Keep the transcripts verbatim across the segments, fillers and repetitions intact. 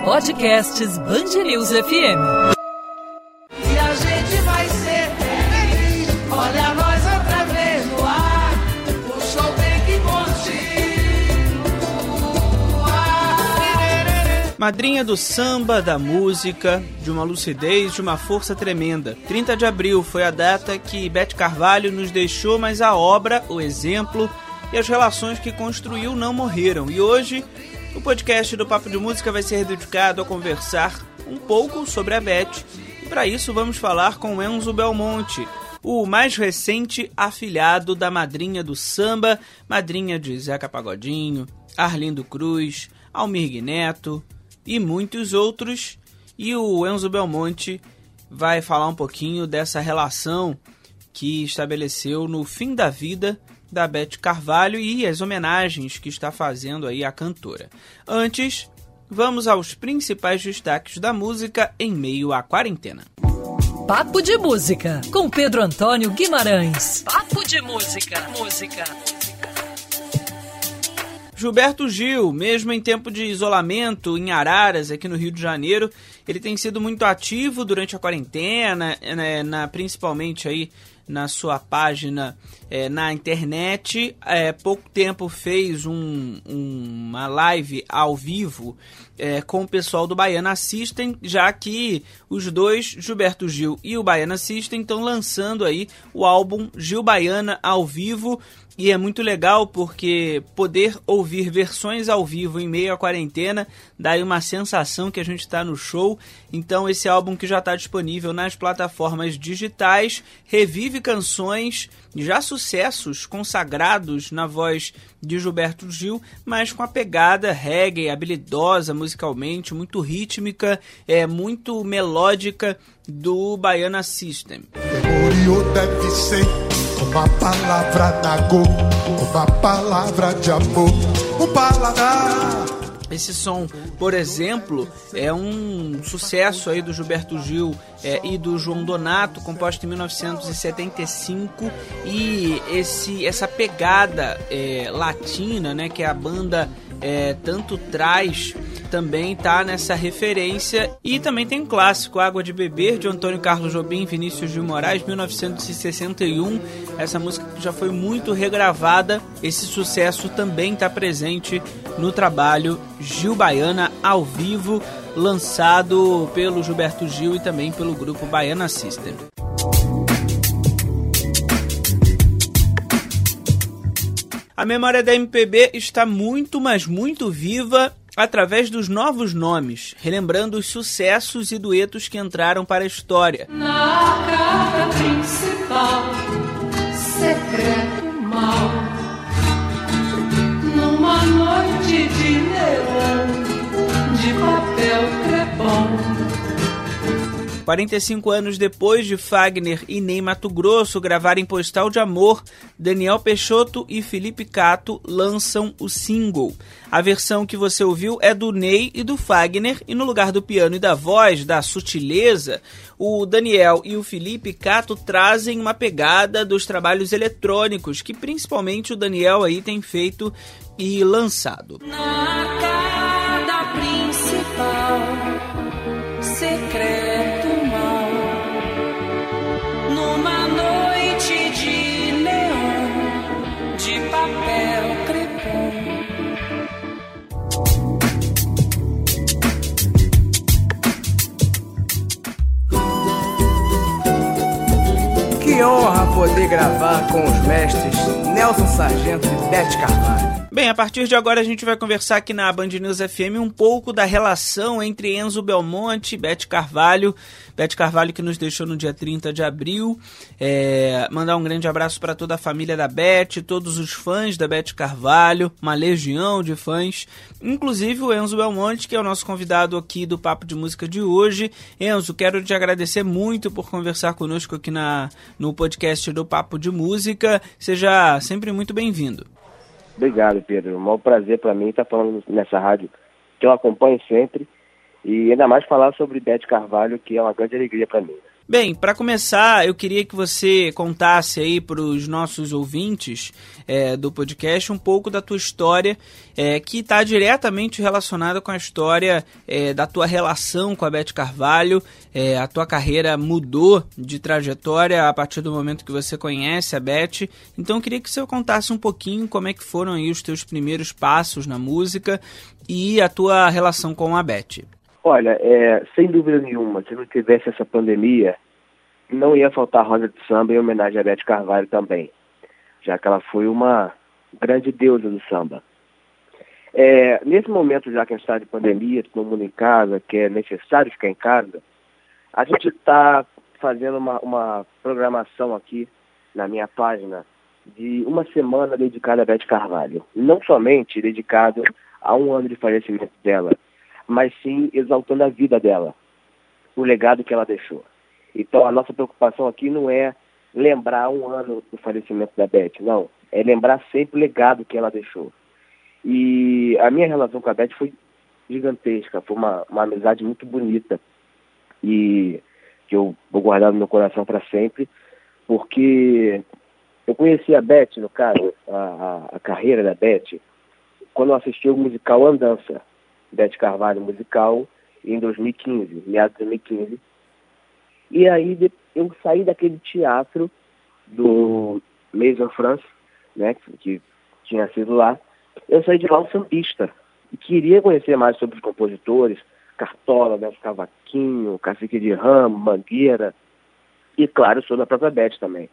Podcasts Band News F M. E a gente vai ser feliz. Olha nós outra vez no ar. O show tem que continuar. Madrinha do samba, da música, de uma lucidez, de uma força tremenda. trinta de abril foi a data que Beth Carvalho nos deixou, mas a obra, o exemplo e as relações que construiu não morreram. E hoje, o podcast do Papo de Música vai ser dedicado a conversar um pouco sobre a Beth. E para isso vamos falar com Enzo Belmonte, o mais recente afilhado da madrinha do samba, madrinha de Zeca Pagodinho, Arlindo Cruz, Almir Neto e muitos outros. E o Enzo Belmonte vai falar um pouquinho dessa relação que estabeleceu no fim da vida da Beth Carvalho e as homenagens que está fazendo aí à cantora. Antes, vamos aos principais destaques da música em meio à quarentena. Papo de Música, com Pedro Antônio Guimarães. Papo de Música, música. Gilberto Gil, mesmo em tempo de isolamento em Araras, aqui no Rio de Janeiro, ele tem sido muito ativo durante a quarentena, né, na, principalmente aí na sua página é, na internet. É, pouco tempo fez um, um, uma live ao vivo é, com o pessoal do Baiana System, já que os dois, Gilberto Gil e o Baiana System, estão lançando aí o álbum Gil Baiana ao vivo. E é muito legal porque poder ouvir versões ao vivo em meio à quarentena dá aí uma sensação que a gente está no show. Então esse álbum, que já está disponível nas plataformas digitais, revive canções, já sucessos consagrados na voz de Gilberto Gil, mas com a pegada reggae, habilidosa musicalmente, muito rítmica, é, muito melódica do Baiana System. Memoriou deve ser uma palavra da go, uma palavra de amor, um paladar. Esse som, por exemplo, é um sucesso aí do Gilberto Gil é, e do João Donato, composto em mil novecentos e setenta e cinco, e esse, essa pegada é, latina, né, que a banda é, tanto traz, também tá nessa referência. E também tem um clássico, Água de Beber, de Antônio Carlos Jobim e Vinícius de Moraes, mil novecentos e sessenta e um. Essa música já foi muito regravada. Esse sucesso também está presente no trabalho Gil Baiana ao vivo, lançado pelo Gilberto Gil e também pelo grupo Baiana System. A memória da M P B está muito, mas muito viva através dos novos nomes, relembrando os sucessos e duetos que entraram para a história. Na cara principal, secreto mal, numa noite de neon, de papel crepom. quarenta e cinco anos depois de Fagner e Ney Matogrosso gravarem Postal de Amor, Daniel Peixoto e Felipe Cato lançam o single. A versão que você ouviu é do Ney e do Fagner, e no lugar do piano e da voz, da sutileza, o Daniel e o Felipe Cato trazem uma pegada dos trabalhos eletrônicos, que principalmente o Daniel aí tem feito e lançado. Na cara principal, secreto mal, numa noite de neon, de papel crepom. Que honra poder gravar com os mestres Nelson Sargento e Beth Carvalho. Bem, a partir de agora a gente vai conversar aqui na Band News F M um pouco da relação entre Enzo Belmonte e Beth Carvalho. Beth Carvalho, que nos deixou no dia trinta de abril. É, mandar um grande abraço para toda a família da Beth, todos os fãs da Beth Carvalho, uma legião de fãs, inclusive o Enzo Belmonte, que é o nosso convidado aqui do Papo de Música de hoje. Enzo, quero te agradecer muito por conversar conosco aqui na, no podcast do Papo de Música. Seja sempre muito bem-vindo. Obrigado, Pedro. É um maior prazer para mim estar falando nessa rádio que eu acompanho sempre, e ainda mais falar sobre Beth Carvalho, que é uma grande alegria para mim. Bem, para começar, eu queria que você contasse aí para os nossos ouvintes é, do podcast um pouco da tua história, é, que está diretamente relacionada com a história é, da tua relação com a Beth Carvalho. É, a tua carreira mudou de trajetória a partir do momento que você conhece a Beth. Então eu queria que você contasse um pouquinho como é que foram aí os teus primeiros passos na música e a tua relação com a Beth. Olha, é, sem dúvida nenhuma, se não tivesse essa pandemia, não ia faltar Rosa de Samba em homenagem a Beth Carvalho também, já que ela foi uma grande deusa do samba. É, nesse momento, já que a gente está de pandemia, todo mundo em casa, que é necessário ficar em casa, a gente está fazendo uma, uma programação aqui na minha página de uma semana dedicada a Beth Carvalho. Não somente dedicado a um ano de falecimento dela, mas sim exaltando a vida dela, o legado que ela deixou. Então a nossa preocupação aqui não é lembrar um ano do falecimento da Beth, não. É lembrar sempre o legado que ela deixou. E a minha relação com a Beth foi gigantesca, foi uma, uma amizade muito bonita e que eu vou guardar no meu coração para sempre, porque eu conheci a Beth, no caso, a, a, a carreira da Beth, quando eu assisti o musical Andança, Beth Carvalho musical, em dois mil e quinze, meados de dois mil e quinze. E aí eu saí daquele teatro do Maison France, né, que tinha sido lá, eu saí de lá um sambista, e queria conhecer mais sobre os compositores, Cartola, Nelson Cavaquinho, Cacique de Ramo, Mangueira, e claro, sou da própria Beth também.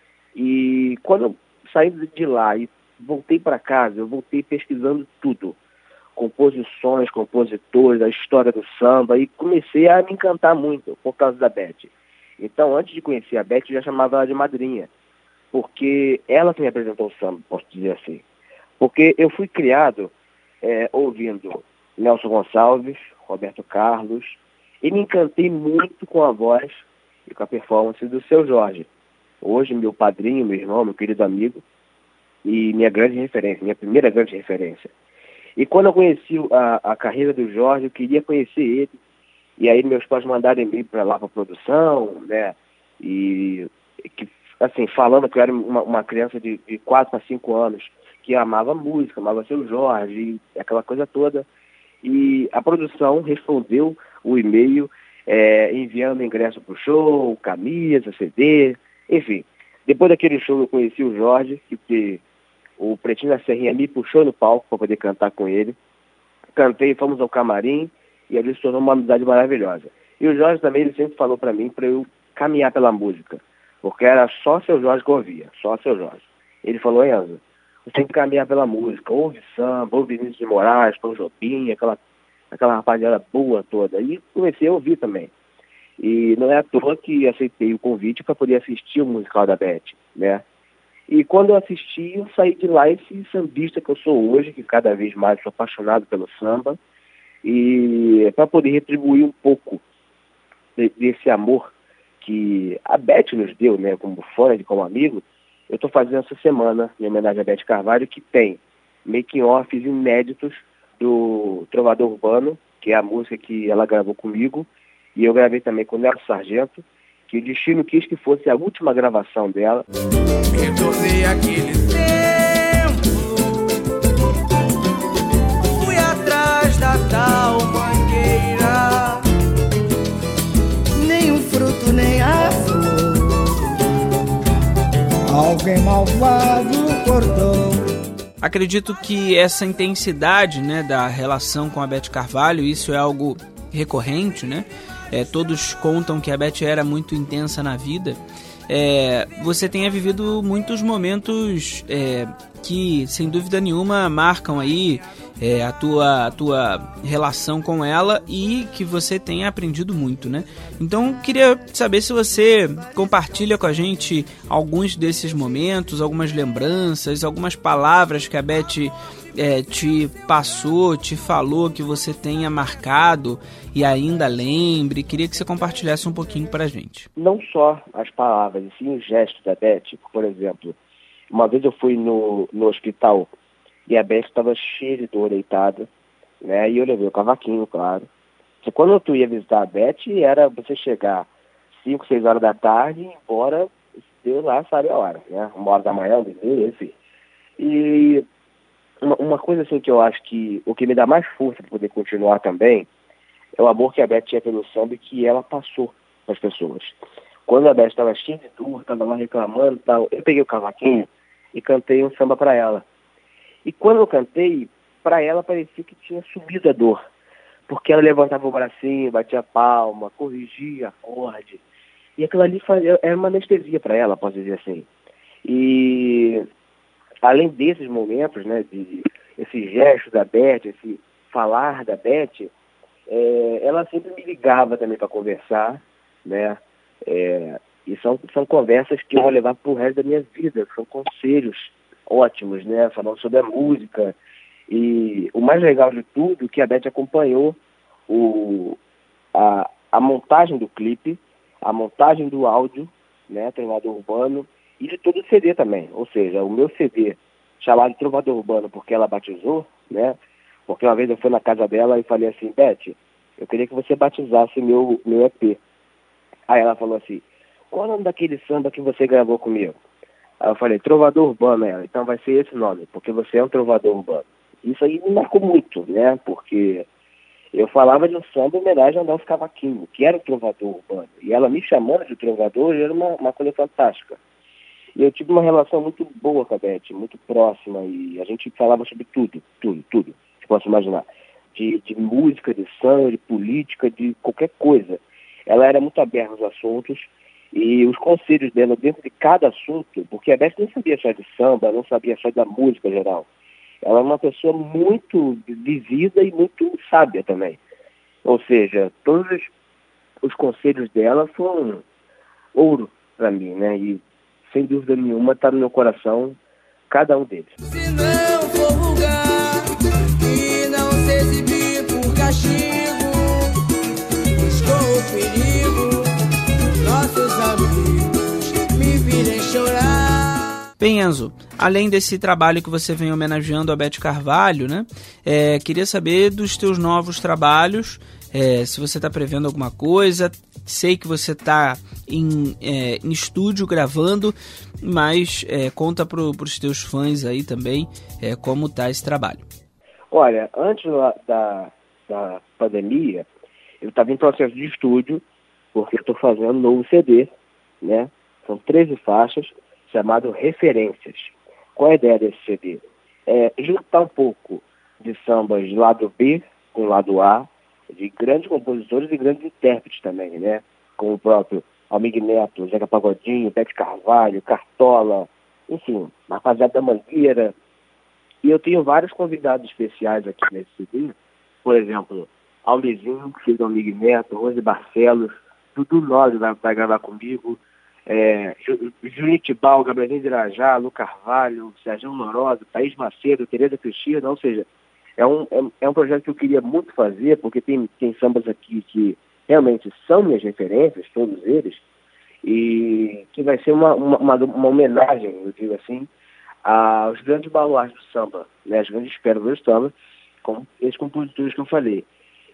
E quando eu saí de lá e voltei para casa, eu voltei pesquisando tudo, composições, compositores, a história do samba, e comecei a me encantar muito por causa da Beth. Então, antes de conhecer a Beth, eu já chamava ela de madrinha, porque ela que me apresentou o samba, posso dizer assim. Porque eu fui criado é, ouvindo Nelson Gonçalves, Roberto Carlos, e me encantei muito com a voz e com a performance do Seu Jorge. Hoje, meu padrinho, meu irmão, meu querido amigo, e minha grande referência, minha primeira grande referência. E quando eu conheci a, a carreira do Jorge, eu queria conhecer ele. E aí meus pais mandaram e-mail para lá para a produção, né? E, que, assim, falando que eu era uma, uma criança de, de quatro a cinco anos, que amava música, amava Seu Jorge, e aquela coisa toda. E a produção respondeu o e-mail, é, enviando ingresso para o show, camisa, C D, enfim. Depois daquele show eu conheci o Jorge, que o Pretinho da Serrinha me puxou no palco para poder cantar com ele. Cantei, fomos ao camarim e ali se tornou uma amizade maravilhosa. E o Jorge também, ele sempre falou para mim para eu caminhar pela música, porque era só Seu Jorge que eu ouvia, só Seu Jorge. Ele falou: Enzo, você tem que caminhar pela música, ouve samba, ouve Vinícius de Moraes, Tom Jobim, aquela, aquela rapaziada boa toda. E comecei a ouvir também. E não é à toa que aceitei o convite para poder assistir o musical da Beth, né? E quando eu assisti, eu saí de lá esse sambista que eu sou hoje, que cada vez mais sou apaixonado pelo samba, e para poder retribuir um pouco de, desse amor que a Beth nos deu, né, como fã e como amigo, eu estou fazendo essa semana, em homenagem a Beth Carvalho, que tem making-offs inéditos do Trovador Urbano, que é a música que ela gravou comigo, e eu gravei também com o Nelson Sargento, que o destino quis que fosse a última gravação dela. Retornei aquele tempo, fui atrás da tal mangueira, nem um fruto, nem a flor, alguém malvado cortou. Acredito que essa intensidade, né, da relação com a Beth Carvalho, isso é algo recorrente, né? É, todos contam que a Beth era muito intensa na vida. É, você tenha vivido muitos momentos é, que, sem dúvida nenhuma, marcam aí é, a, tua, a tua relação com ela e que você tenha aprendido muito, né? Então, queria saber se você compartilha com a gente alguns desses momentos, algumas lembranças, algumas palavras que a Beth É, te passou, te falou, que você tenha marcado e ainda lembre. Queria que você compartilhasse um pouquinho pra gente. Não só as palavras, e sim os gestos da Beth. Por exemplo, uma vez eu fui no, no hospital e a Beth estava cheia de dor, deitada, né? E eu levei o cavaquinho, claro. Então, quando tu ia visitar a Beth, era você chegar cinco, seis horas da tarde, embora Deus lá sabe a hora, né? Uma hora da manhã, enfim. E uma, uma coisa assim que eu acho que o que me dá mais força para poder continuar também é o amor que a Beth tinha pelo samba e que ela passou para as pessoas. Quando a Beth estava cheia de dor, estava lá reclamando e tal, eu peguei o cavaquinho e cantei um samba para ela. E quando eu cantei, para ela parecia que tinha sumido a dor. Porque ela levantava o bracinho, batia a palma, corrigia acorde. E aquilo ali fazia, era uma anestesia para ela, posso dizer assim. E além desses momentos, né, de, esse gesto da Beth, esse falar da Beth, é, ela sempre me ligava também para conversar, né? É, e são, são conversas que eu vou levar pro resto da minha vida, são conselhos ótimos, né? Falando sobre a música. E o mais legal de tudo é que a Beth acompanhou o, a, a montagem do clipe, a montagem do áudio, né? Trovador Urbano, e de todo o C D também. Ou seja, o meu C D, chamado Trovador Urbano, porque ela batizou, né? Porque uma vez eu fui na casa dela e falei assim, Beth, eu queria que você batizasse meu, meu E P. Aí ela falou assim, qual é o nome daquele samba que você gravou comigo? Aí eu falei, Trovador Urbano, ela. Então vai ser esse nome, porque você é um trovador urbano. Isso aí me marcou muito, né? Porque eu falava de um samba em homenagem a Nelson Cavaquinho, que era um trovador urbano. E ela me chamando de trovador era uma, uma coisa fantástica. E eu tive uma relação muito boa com a Beth, muito próxima, e a gente falava sobre tudo, tudo, tudo, que posso imaginar. De, de música, de samba, de política, de qualquer coisa. Ela era muito aberta aos assuntos, e os conselhos dela dentro de cada assunto, porque a Beth não sabia só de samba, não sabia só da música em geral. Ela é uma pessoa muito vivida e muito sábia também. Ou seja, todos os, os conselhos dela foram ouro para mim, né? E sem dúvida nenhuma está no meu coração cada um deles. Se não for vulgar e não se exibir por castigo, estou o perigo, nossos amigos me virem chorar. Bem, Enzo, além desse trabalho que você vem homenageando a Beth Carvalho, né? É, queria saber dos teus novos trabalhos, é, se você está prevendo alguma coisa. Sei que você está em, é, em estúdio gravando, mas é, conta para os teus fãs aí também é, como está esse trabalho. Olha, antes da, da pandemia, eu estava em processo de estúdio, porque eu estou fazendo um novo C D, né? São treze faixas, chamado Referências. Qual é a ideia desse C D? É juntar um pouco de sambas de lado B com lado A, de grandes compositores e grandes intérpretes também, né? Como o próprio Almir Neto, Zeca Pagodinho, Beth Carvalho, Cartola, enfim, rapaziada da Mangueira. E eu tenho vários convidados especiais aqui nesse C D. Por exemplo, Almirzinho, que fez o Almir Neto, Rose Barcelos, Dudu Nozzi vai, vai gravar comigo, é, Junitibal, Gabrielzinho de Irajá, Lu Carvalho, Sérgio Lorosa, Thaís Macedo, Tereza Cristina, ou seja, é um, é, é um projeto que eu queria muito fazer, porque tem, tem sambas aqui que realmente são minhas referências, todos eles, e que vai ser uma, uma, uma, uma homenagem, eu digo assim, aos grandes baluartes do samba, né, as grandes pérolas do samba, com esses compositores que eu falei.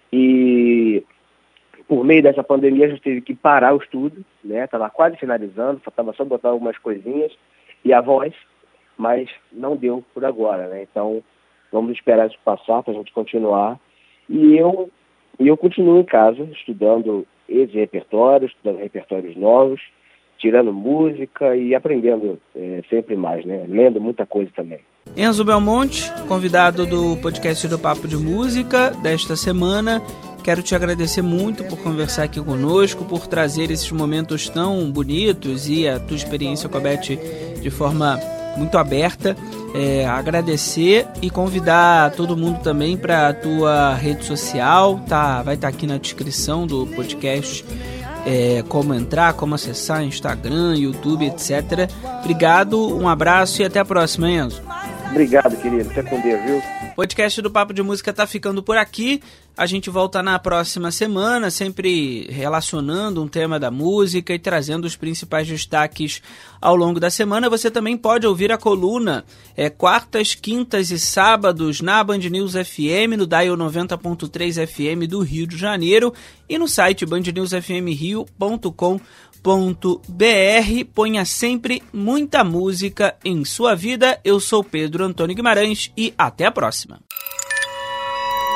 E por meio dessa pandemia a gente teve que parar o estúdio, né? Estava quase finalizando, faltava só botar algumas coisinhas e a voz, mas não deu por agora, né? Então vamos esperar isso passar para a gente continuar. E eu, eu continuo em casa estudando esses repertórios, estudando repertórios novos, tirando música e aprendendo é, sempre mais, né? Lendo muita coisa também. Enzo Belmonte, convidado do podcast do Papo de Música desta semana. Quero te agradecer muito por conversar aqui conosco, por trazer esses momentos tão bonitos e a tua experiência com a Beth de forma muito aberta. É, agradecer e convidar todo mundo também para a tua rede social. Tá, vai estar tá aqui na descrição do podcast é, como entrar, como acessar Instagram, YouTube, etcétera. Obrigado, um abraço e até a próxima, Enzo. Obrigado, querido. Fica com Deus, viu? O podcast do Papo de Música tá ficando por aqui. A gente volta na próxima semana, sempre relacionando um tema da música e trazendo os principais destaques ao longo da semana. Você também pode ouvir a coluna é, quartas, quintas e sábados na Band News F M, no Dial noventa ponto três F M do Rio de Janeiro e no site band news f m rio ponto com ponto b r. Ponha sempre muita música em sua vida. Eu sou Pedro Antônio Guimarães e até a próxima.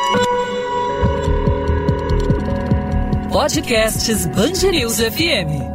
Podcasts Band News F M.